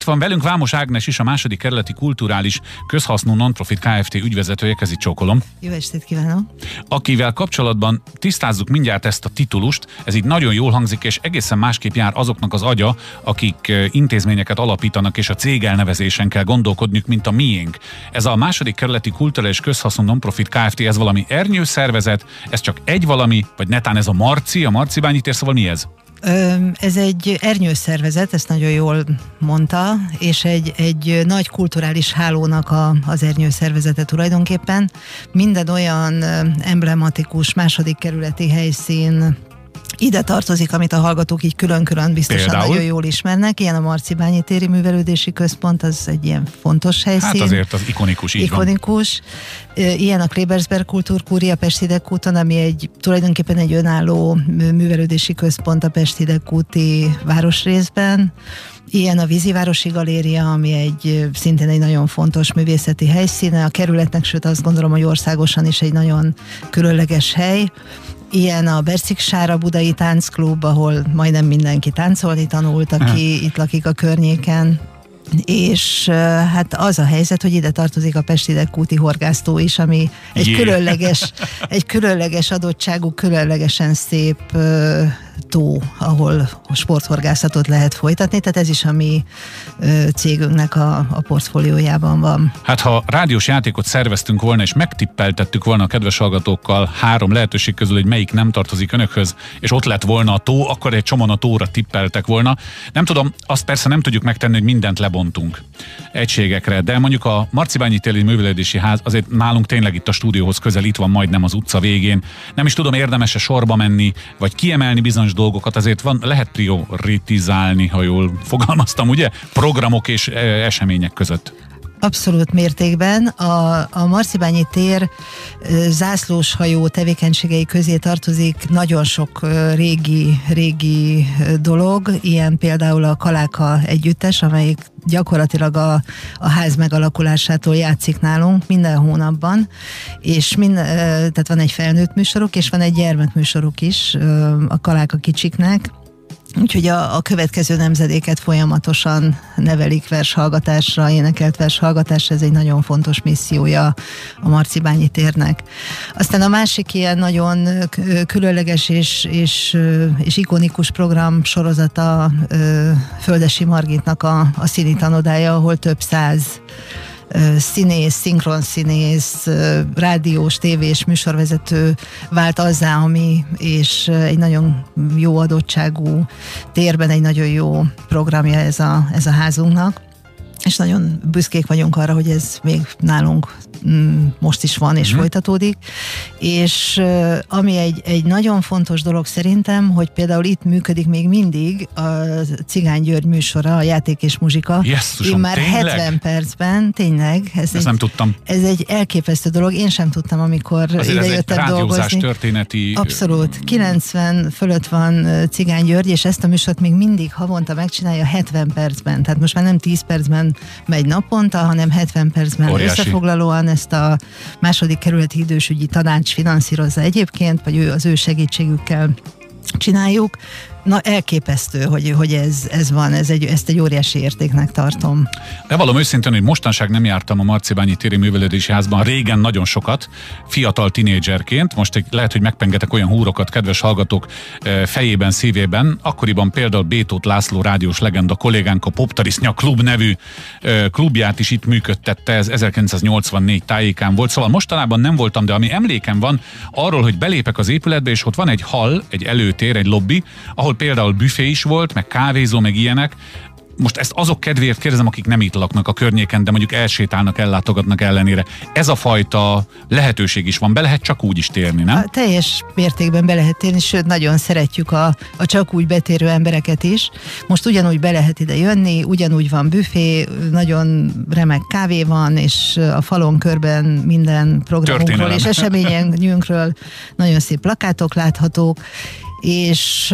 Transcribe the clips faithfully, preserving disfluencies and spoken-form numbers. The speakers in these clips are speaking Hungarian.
van velünk Vámos Ágnes is, a második kerületi kulturális közhasznú non-profit Kft. Ügyvezetője, kezit csókolom. Jó estét kívánok! Akivel kapcsolatban tisztázzuk mindjárt ezt a titulust, ez így nagyon jól hangzik, és egészen másképp jár azoknak az agya, akik intézményeket alapítanak, és a cégelnevezésen kell gondolkodniuk, mint a miénk. Ez a második kerületi kulturális közhasznú non-profit Kft. Ez valami ernyőszervezet, ez csak egy valami, vagy netán ez a Marci, a Marcibányi tér, szóval mi ez? Ez egy ernyőszervezet, ezt nagyon jól mondta, és egy, egy nagy kulturális hálónak a, az ernyőszervezete tulajdonképpen. Minden olyan emblematikus második kerületi helyszín ide tartozik, amit a hallgatók így külön-külön biztosan Például? nagyon jól ismernek. Ilyen a Marcibányi téri művelődési központ, az egy ilyen fontos helyszín. Hát azért az ikonikus, így ikonikus. Van. Ilyen a Klebersberg Kultúrkúria Pest-Hidegkúton, ami egy tulajdonképpen egy önálló művelődési központ a Pest-Hidegkúti városrészben. Ilyen a Vízivárosi Galéria, ami egy szintén egy nagyon fontos művészeti helyszíne a kerületnek, sőt azt gondolom, hogy országosan is egy nagyon különleges hely. Ilyen a Berciksára budai táncklub, ahol majdnem mindenki táncolni tanult, aki itt lakik a környéken. És hát az a helyzet, hogy ide tartozik a Pest-Hidegkúti horgásztó is, ami egy yeah. különleges, egy különleges adottságú, különlegesen szép uh, tó, ahol sporthorgászatot lehet folytatni, tehát ez is a mi uh, cégünknek a, a portfóliójában van. Hát ha rádiós játékot szerveztünk volna, és megtippeltettük volna a kedves hallgatókkal három lehetőség közül, hogy melyik nem tartozik önökhöz, és ott lett volna a tó, akkor egy csomóan a tóra tippeltek volna. Nem tudom, azt persze nem tudjuk megtenni, hogy mindent lebontunk egységekre, de mondjuk a Marcibányi téri művelődési ház azért nálunk tényleg itt a stúdióhoz közel, itt van majdnem az utca végén. Nem is tudom, érdemes-e sorba menni, vagy kiemelni bizonyos dolgokat, azért van, lehet prioritizálni, ha jól fogalmaztam, ugye? Programok és e, események között. Abszolút mértékben. A, a Marcibányi tér zászlóshajó tevékenységei közé tartozik nagyon sok régi, régi dolog, ilyen például a Kaláka együttes, amelyik gyakorlatilag a, a ház megalakulásától játszik nálunk minden hónapban, és mind, tehát van egy felnőtt műsoruk, és van egy gyermekműsoruk is a Kaláka kicsiknek. Úgyhogy a, a következő nemzedéket folyamatosan nevelik vershallgatásra, énekelt vershallgatásra, ez egy nagyon fontos missziója a Marcibányi térnek. Aztán a másik ilyen nagyon különleges és, és, és ikonikus program sorozata Földesi Margitnak a, a színi tanodája, ahol több száz színész, szinkronszínész, rádiós, tévés műsorvezető vált azzá, ami, és egy nagyon jó adottságú térben egy nagyon jó programja ez a, ez a házunknak. És nagyon büszkék vagyunk arra, hogy ez még nálunk mm, most is van és mm-hmm. folytatódik. És uh, ami egy, egy nagyon fontos dolog szerintem, hogy például itt működik még mindig a Cigány György műsora, a Játék és Muzsika. Jesszusom, már tényleg? hetven percben, tényleg. Ez Ezt egy, nem tudtam. Ez egy elképesztő dolog, én sem tudtam, amikor ide jöttem dolgozni. Történeti... Abszolút. kilencven fölött van Cigány György, és ezt a műsort még mindig havonta megcsinálja hetven percben. Tehát most már nem tíz percben megy naponta, hanem hetven percben Óriási. Összefoglalóan ezt a második kerületi idősügyi tanács finanszírozza egyébként, vagy ő az ő segítségükkel csináljuk. Na, elképesztő, hogy, hogy ez, ez van, ez egy, ezt egy óriási értéknek tartom. De valami őszintén, hogy mostanság nem jártam a Marcibányi téri művelődési házban, régen nagyon sokat, fiatal tinédzserként, most egy, lehet, hogy megpengetek olyan húrokat, kedves hallgatók fejében, szívében, akkoriban például Bétót László rádiós legenda kollégánk a Poptarisznya Klub nevű klubját is itt működtette, ez ezerkilencszáznyolcvannégy tájékán volt, szóval mostanában nem voltam, de ami emlékem van arról, hogy belépek az épületbe, és ott van egy hall, egy előtér, egy lobby, ahol például büfé is volt, meg kávézó, meg ilyenek. Most ezt azok kedvéért kérdezem, akik nem itt laknak a környéken, de mondjuk elsétálnak, ellátogatnak ellenére. Ez a fajta lehetőség is van, be lehet csak úgy is térni, nem? A teljes mértékben be lehet térni, sőt, nagyon szeretjük a, a csak úgy betérő embereket is. Most ugyanúgy be lehet ide jönni, ugyanúgy van büfé, nagyon remek kávé van, és a falon körben minden programunkról Történelem. És eseményünkről nagyon szép plakátok láthatók, és...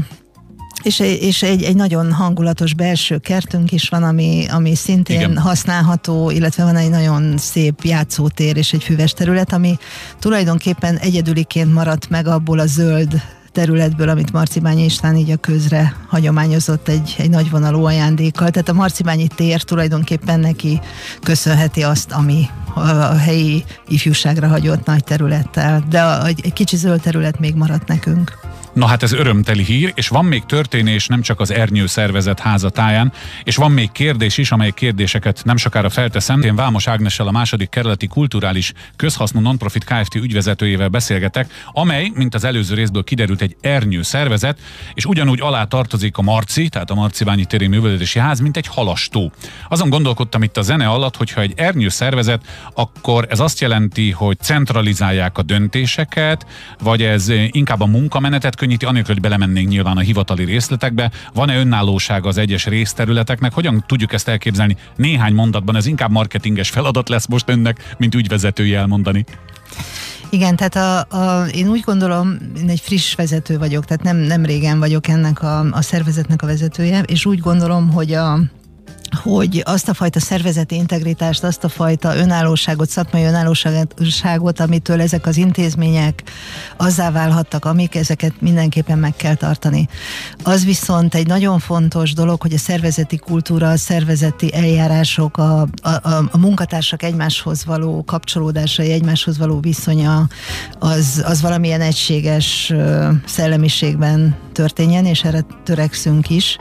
És, és egy, egy nagyon hangulatos belső kertünk is van, ami, ami szintén Igen. használható, illetve van egy nagyon szép játszótér és egy füves terület, ami tulajdonképpen egyedüliként maradt meg abból a zöld területből, amit Marcibányi István így a közre hagyományozott egy, egy nagyvonalú ajándékkal. Tehát a Marcibányi tér tulajdonképpen neki köszönheti azt, ami a helyi ifjúságra hagyott nagy területtel, de egy kicsi zöld terület még maradt nekünk. Na hát ez örömteli hír, és van még történés nem csak az Ernyő szervezet házatáján, és van még kérdés is, amely kérdéseket nem sokára felteszem. Én Vámos Ágnessel, a második kerületi kulturális közhasznú nonprofit Kft. Ügyvezetőjével beszélgetek, amely, mint az előző részből kiderült, egy Ernyő szervezet, és ugyanúgy alá tartozik a Marci, tehát a Marcibányi téri művelődési ház, mint egy halastó. Azon gondolkodtam itt a zene alatt, hogyha egy Ernyő szervezet, akkor ez azt jelenti, hogy centralizálják a döntéseket, vagy ez inkább a munkamenetet könnyíti, anélkül, hogy belemennénk nyilván a hivatali részletekbe. Van-e önállóság az egyes részterületeknek? Hogyan tudjuk ezt elképzelni néhány mondatban? Ez inkább marketinges feladat lesz most önnek, mint ügyvezetője elmondani. Igen, tehát a, a, én úgy gondolom, én egy friss vezető vagyok, tehát nem, nem régen vagyok ennek a, a szervezetnek a vezetője, és úgy gondolom, hogy a hogy azt a fajta szervezeti integritást, azt a fajta önállóságot, szakmai önállóságot, amitől ezek az intézmények azzá válhattak, amik, ezeket mindenképpen meg kell tartani. Az viszont egy nagyon fontos dolog, hogy a szervezeti kultúra, a szervezeti eljárások, a, a, a munkatársak egymáshoz való kapcsolódásai, egymáshoz való viszonya, az, az valamilyen egységes szellemiségben történjen, és erre törekszünk is.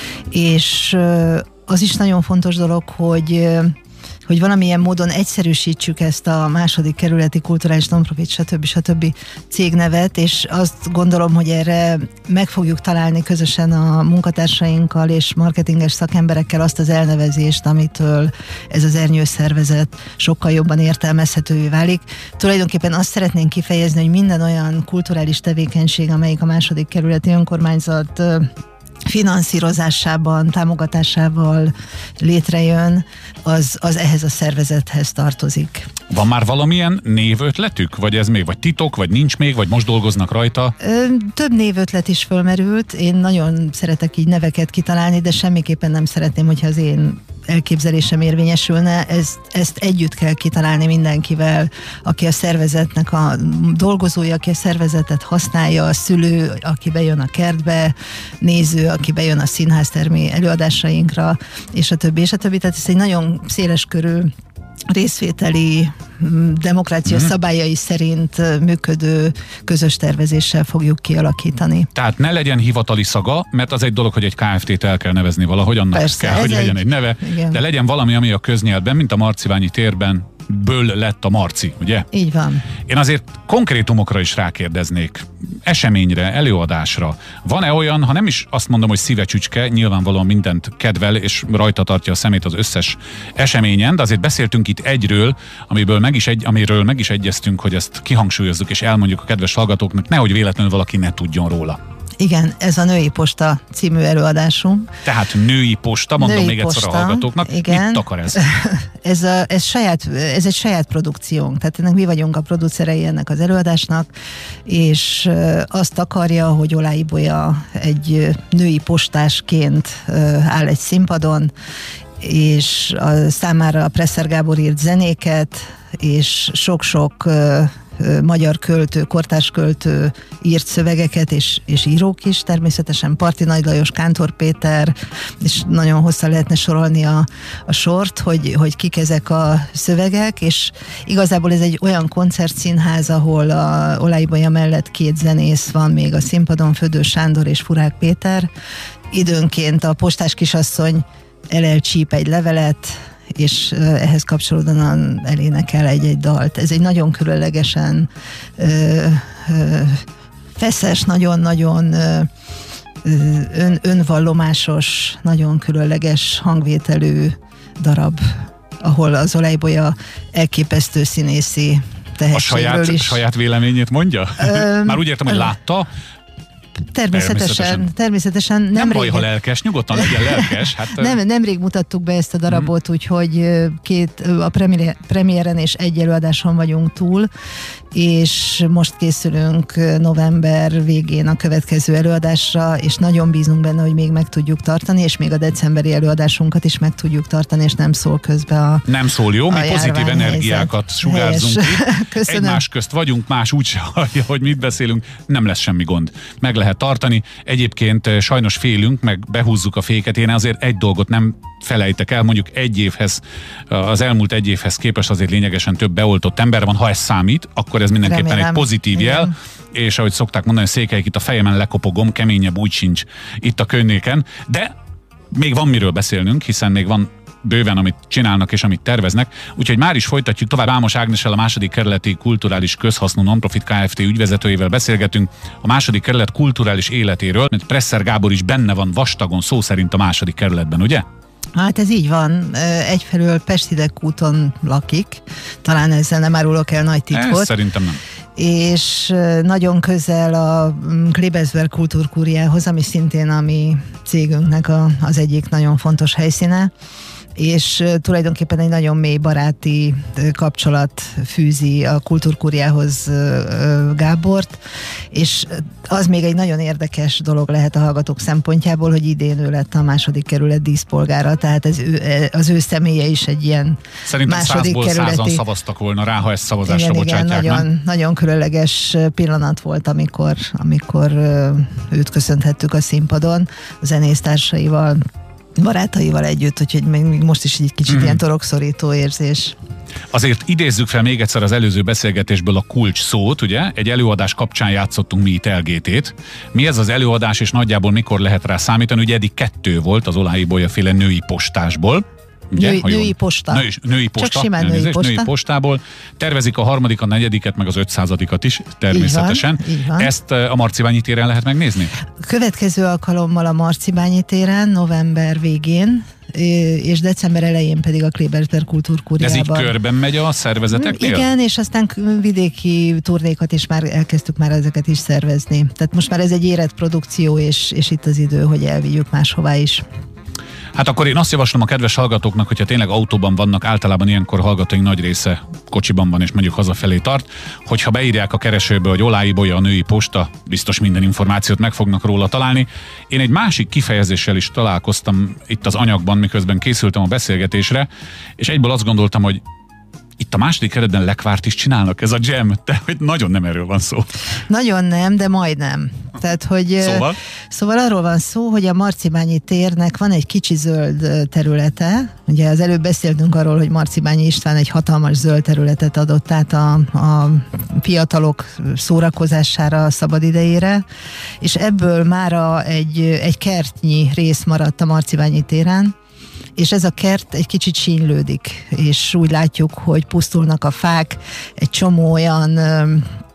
És az is nagyon fontos dolog, hogy, hogy valamilyen módon egyszerűsítsük ezt a második kerületi kulturális nonprofit, stb. stb. Cégnevet, és azt gondolom, hogy erre meg fogjuk találni közösen a munkatársainkkal és marketinges szakemberekkel azt az elnevezést, amitől ez az Ernyő szervezet sokkal jobban értelmezhetővé válik. Tulajdonképpen azt szeretnénk kifejezni, hogy minden olyan kulturális tevékenység, amelyik a második kerületi önkormányzat finanszírozásában, támogatásával létrejön, az, az ehhez a szervezethez tartozik. Van már valamilyen névötletük? Vagy ez még, vagy titok, vagy nincs még, vagy most dolgoznak rajta? Ö, több névötlet is fölmerült. Én nagyon szeretek így neveket kitalálni, de semmiképpen nem szeretném, hogyha az én elképzelésem érvényesülne. Ezt, ezt együtt kell kitalálni mindenkivel, aki a szervezetnek a dolgozója, aki a szervezetet használja, a szülő, aki bejön a kertbe, néző, aki bejön a színháztermi előadásainkra, és a többi, és a többi. Tehát ez egy nagyon széleskörű részvételi, demokrácia mm-hmm. szabályai szerint működő közös tervezéssel fogjuk kialakítani. Tehát ne legyen hivatali szaga, mert az egy dolog, hogy egy Kft-t el kell nevezni valahogy, annak Persze, kell, hogy egy... legyen egy neve, igen. De legyen valami, ami a köznyelvben, mint a Marcibányi térben ből lett a Marci, ugye? Így van. Én azért konkrétumokra is rákérdeznék. Eseményre, előadásra. Van-e olyan, ha nem is azt mondom, hogy szívecsücske, nyilvánvalóan mindent kedvel, és rajta tartja a szemét az összes eseményen, de azért beszéltünk itt egyről, amiből meg is egy, amiről meg is egyeztünk, hogy ezt kihangsúlyozzuk, és elmondjuk a kedves hallgatóknak, nehogy véletlenül valaki ne tudjon róla. Igen, ez a Női Posta című előadásunk. Tehát Női Posta, mondom Női még Posta, egyszer a hallgatóknak, igen. Mit akar ez? ez, a, ez, saját, ez egy saját produkciónk, tehát ennek mi vagyunk a producerei ennek az előadásnak, és azt akarja, hogy Olá Ibolya egy női postásként áll egy színpadon, és a számára a Presser Gábor írt zenéket, és sok-sok magyar költő, kortárs költő írt szövegeket, és, és írók is, természetesen Parti Nagy Lajos, Kántor Péter, és nagyon hosszan lehetne sorolni a, a sort, hogy, hogy kik ezek a szövegek, és igazából ez egy olyan koncertszínház, ahol a Olá Ibolya mellett két zenész van még a színpadon, Födő Sándor és Furák Péter. Időnként a postás kisasszony elelcsíp egy levelet, és ehhez kapcsolódóan elénekel egy-egy dalt. Ez egy nagyon különlegesen ö, ö, feszes, nagyon-nagyon ö, ön, önvallomásos, nagyon különleges hangvételű darab, ahol az Olá Ibolya elképesztő színészi tehetségről a saját, is. saját véleményét mondja? Ö, Már úgy értem, hogy látta, Természetesen, természetesen. természetesen nem, nem baj, régen... ha lelkes, nyugodtan legyen lelkes. Hát, nem, nemrég mutattuk be ezt a darabot, mm. úgyhogy két, a premier, premiéren és egy előadáson vagyunk túl, és most készülünk november végén a következő előadásra, és nagyon bízunk benne, hogy még meg tudjuk tartani, és még a decemberi előadásunkat is meg tudjuk tartani, és nem szól közbe a Nem szól, jó? Mi pozitív energiákat sugárzunk ki. Egymás közt vagyunk, más úgy se hallja, hogy mit beszélünk, nem lesz semmi gond. Meg lehet tartani. Egyébként sajnos félünk, meg behúzzuk a féket. Én azért egy dolgot nem felejtek el, mondjuk egy évhez, az elmúlt egy évhez képest azért lényegesen több beoltott ember van, ha ez számít, akkor ez mindenképpen Remélem. egy pozitív jel, Igen. és ahogy szokták mondani, Székelyek, itt a fejemen lekopogom, keményebb úgy sincs itt a környéken, de még van miről beszélnünk, hiszen még van bőven, amit csinálnak és amit terveznek. Úgyhogy már is folytatjuk tovább. Ámos Ágnessel, a második kerületi kulturális közhasznú Nonprofit Kft. Ügyvezetőjével beszélgetünk a második kerület kulturális életéről, mert Presser Gábor is benne van vastagon, szó szerint a második kerületben, ugye? Hát ez így van. Egyfelől Pestidek úton lakik, talán ezzel nem árulok el nagy titkot. Ez szerintem nem. És nagyon közel a Klebersberg kultúrkúriához, ami szintén a mi cégünknek a, az egyik nagyon fontos helyszíne, és tulajdonképpen egy nagyon mély baráti kapcsolat fűzi a kultúrkúriához Gábort, és az még egy nagyon érdekes dolog lehet a hallgatók szempontjából, hogy idén ő lett a második kerület díszpolgára, tehát ez ő, az ő személye is egy ilyen Szerintem második százból kerületi... százan szavaztak volna rá, ha ezt szavazásra igen, bocsátják, igen, nagyon, nem? nagyon különleges pillanat volt, amikor, amikor őt köszönthettük a színpadon, a zenésztársaival, barátaival együtt, úgyhogy még most is egy kicsit mm. ilyen torokszorító érzés. Azért idézzük fel még egyszer az előző beszélgetésből a kulcs szót, ugye? Egy előadás kapcsán játszottunk mi itt el gé té-t. Mi ez az előadás, és nagyjából mikor lehet rá számítani? Ugye eddig kettő volt az Olái Bolya-féle női postásból. Ugye, női, női posta. Női, női posta. Csak simán női posta. Női postából. Tervezik a harmadik, a negyediket, meg az ötszázadikat is, természetesen. Így van, így van. Ezt a Marcibányi téren lehet megnézni? Következő alkalommal a Marcibányi téren, november végén, és december elején pedig a Klebersberg kultúrkúriában. Ez így körben megy a szervezeteknél? Igen, és aztán vidéki turnékat is már elkezdtük már ezeket is szervezni. Tehát most már ez egy érett produkció, és, és itt az idő, hogy elvigyük máshová is. Hát akkor én azt javaslom a kedves hallgatóknak, hogyha tényleg autóban vannak, általában ilyenkor hallgatóink nagy része kocsiban van és mondjuk hazafelé tart, hogyha beírják a keresőbe, hogy Olái Bolya a női posta, biztos minden információt meg fognak róla találni. Én egy másik kifejezéssel is találkoztam itt az anyagban, miközben készültem a beszélgetésre, és egyből azt gondoltam, hogy itt a második keretben lekvárt is csinálnak, ez a jam, de hogy nagyon nem erről van szó. Nagyon nem, de majdnem. Tehát, hogy, szóval? Szóval arról van szó, hogy a Marcibányi térnek van egy kicsi zöld területe. Ugye az előbb beszéltünk arról, hogy Marcibányi István egy hatalmas zöld területet adott át a, a fiatalok szórakozására, a szabadidejére, és ebből mára egy, egy kertnyi rész maradt a Marcibányi téren, és ez a kert egy kicsit sínylődik, és úgy látjuk, hogy pusztulnak a fák, egy csomó olyan ö,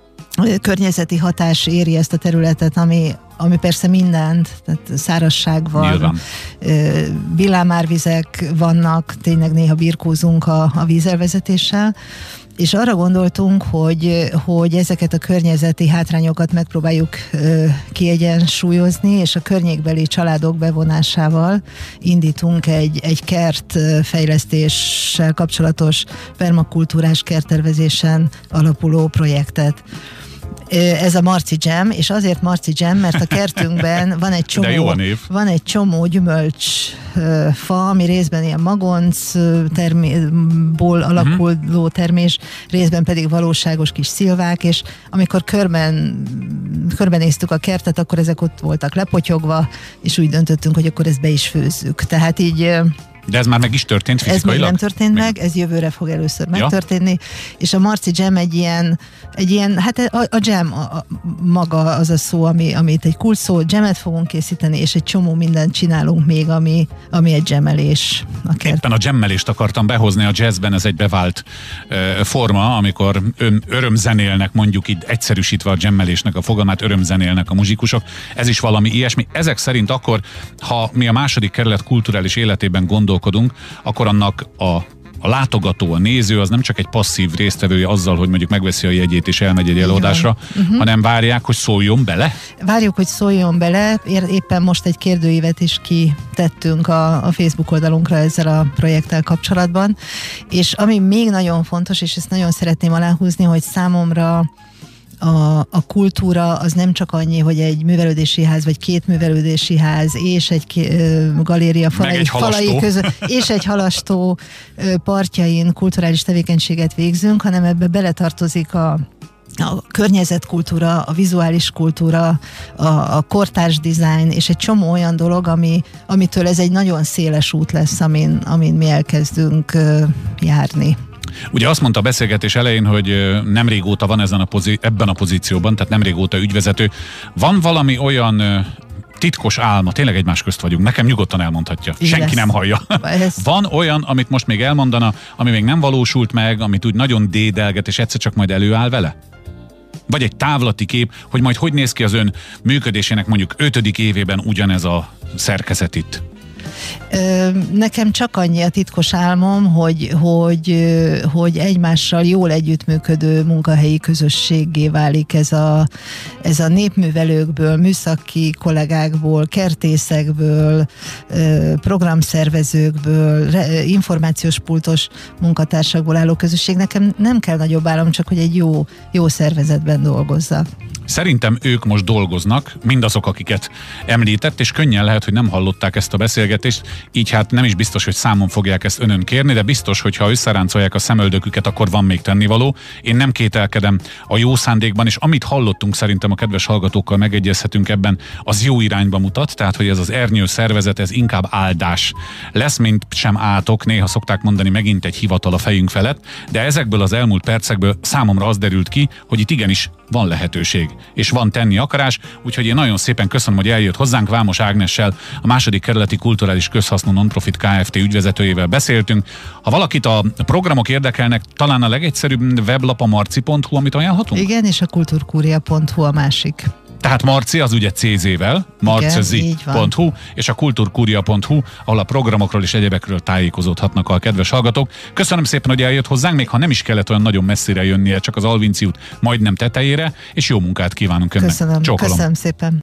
környezeti hatás éri ezt a területet, ami, ami persze mindent, tehát szárazság van, ö, villámárvizek vannak, tényleg néha birkózunk a, a vízelvezetéssel, és arra gondoltunk, hogy, hogy ezeket a környezeti hátrányokat megpróbáljuk ö, kiegyensúlyozni, és a környékbeli családok bevonásával indítunk egy, egy kertfejlesztéssel kapcsolatos permakultúrás kerttervezésen alapuló projektet. Ez a Marci Jam, és azért Marci Jam, mert a kertünkben van egy csomó, van egy csomó gyümölcs fa, ami részben ilyen magonc termésból alakuló termés, részben pedig valóságos kis szilvák, és amikor körben, körbenéztük a kertet, akkor ezek ott voltak lepotyogva, és úgy döntöttünk, hogy akkor ezt be is főzzük. Tehát így... De ez már meg is történt fizikailag? Ez még nem történt meg, ez jövőre fog először ja. megtörténni, és a Marci Jam egy ilyen, egy ilyen hát a, a jam a, a, maga az a szó, ami, amit egy kulcs szó, jamet fogunk készíteni, és egy csomó mindent csinálunk még, ami, ami egy jamelés. A Éppen a jammelést akartam behozni, a jazzben ez egy bevált uh, forma, amikor ön, örömzenélnek, mondjuk így egyszerűsítve a jammelésnek a fogalmát, örömzenélnek a muzsikusok. Ez is valami ilyesmi. Ezek szerint akkor, ha mi a második kerület kulturális életében gondolunk, akkor annak a a látogató, a néző az nem csak egy passzív résztvevője azzal, hogy mondjuk megveszi a jegyét és elmegy egy előadásra, uh-huh. hanem várják, hogy szóljon bele? Várjuk, hogy szóljon bele. Éppen most egy kérdőívet is kitettünk a, a Facebook oldalunkra ezzel a projekttel kapcsolatban. És ami még nagyon fontos, és ezt nagyon szeretném aláhúzni, hogy számomra A, a kultúra az nem csak annyi, hogy egy művelődési ház, vagy két művelődési ház, és egy uh, galéria falai, egy falai között, és egy halastó uh, partjain kulturális tevékenységet végzünk, hanem ebbe beletartozik a a környezetkultúra, a vizuális kultúra, a, a kortárs dizájn, és egy csomó olyan dolog, ami, amitől ez egy nagyon széles út lesz, amin, amin mi elkezdünk uh, járni. Ugye azt mondta a beszélgetés elején, hogy nem régóta van ezen a pozí- ebben a pozícióban, tehát nem régóta ügyvezető. Van valami olyan titkos álma, tényleg egymás közt vagyunk, nekem nyugodtan elmondhatja, így senki lesz. Nem hallja. Ez... Van olyan, amit most még elmondana, ami még nem valósult meg, amit úgy nagyon dédelget, és egyszer csak majd előáll vele? Vagy egy távlati kép, hogy majd hogy néz ki az ön működésének mondjuk ötödik évében ugyanez a szerkezet itt? Nekem csak annyi a titkos álmom, hogy, hogy, hogy egymással jól együttműködő munkahelyi közösséggé válik ez a, ez a népművelőkből, műszaki kollégákból, kertészekből, programszervezőkből, információs pultos munkatársakból álló közösség. Nekem nem kell nagyobb álom, csak hogy egy jó, jó szervezetben dolgozzak. Szerintem ők most dolgoznak, mindazok, akiket említett, és könnyen lehet, hogy nem hallották ezt a beszélgetést, így hát nem is biztos, hogy számon fogják ezt önön kérni, de biztos, hogy ha összeráncolják a szemöldöküket, akkor van még tennivaló. Én nem kételkedem a jó szándékban, és amit hallottunk, szerintem a kedves hallgatókkal megegyezhetünk ebben, az jó irányba mutat, tehát hogy ez az ernyő szervezet, ez inkább áldás lesz, mint sem átok, néha szokták mondani, megint egy hivatal a fejünk felett, de ezekből az elmúlt percekből számomra az derült ki, hogy itt igenis van lehetőség, és van tenni akarás, úgyhogy én nagyon szépen köszönöm, hogy eljött hozzánk. Vámos Ágnessel, a második kerületi kulturális közhasznú Nonprofit Kft. Ügyvezetőjével beszéltünk. Ha valakit a programok érdekelnek, talán a legegyszerűbb weblap a marci pont hu, amit ajánlhatunk? Igen, és a kulturkuria pont hu a másik. Tehát Marci az ugye cé zével, marci pont hu, és a kulturkuria pont hu, ahol a programokról és egyebekről tájékozódhatnak a kedves hallgatók. Köszönöm szépen, hogy eljött hozzánk, még ha nem is kellett olyan nagyon messzire jönnie, csak az Alvinci út majdnem tetejére, és jó munkát kívánunk önnek. Köszönöm, Csókolom. köszönöm szépen.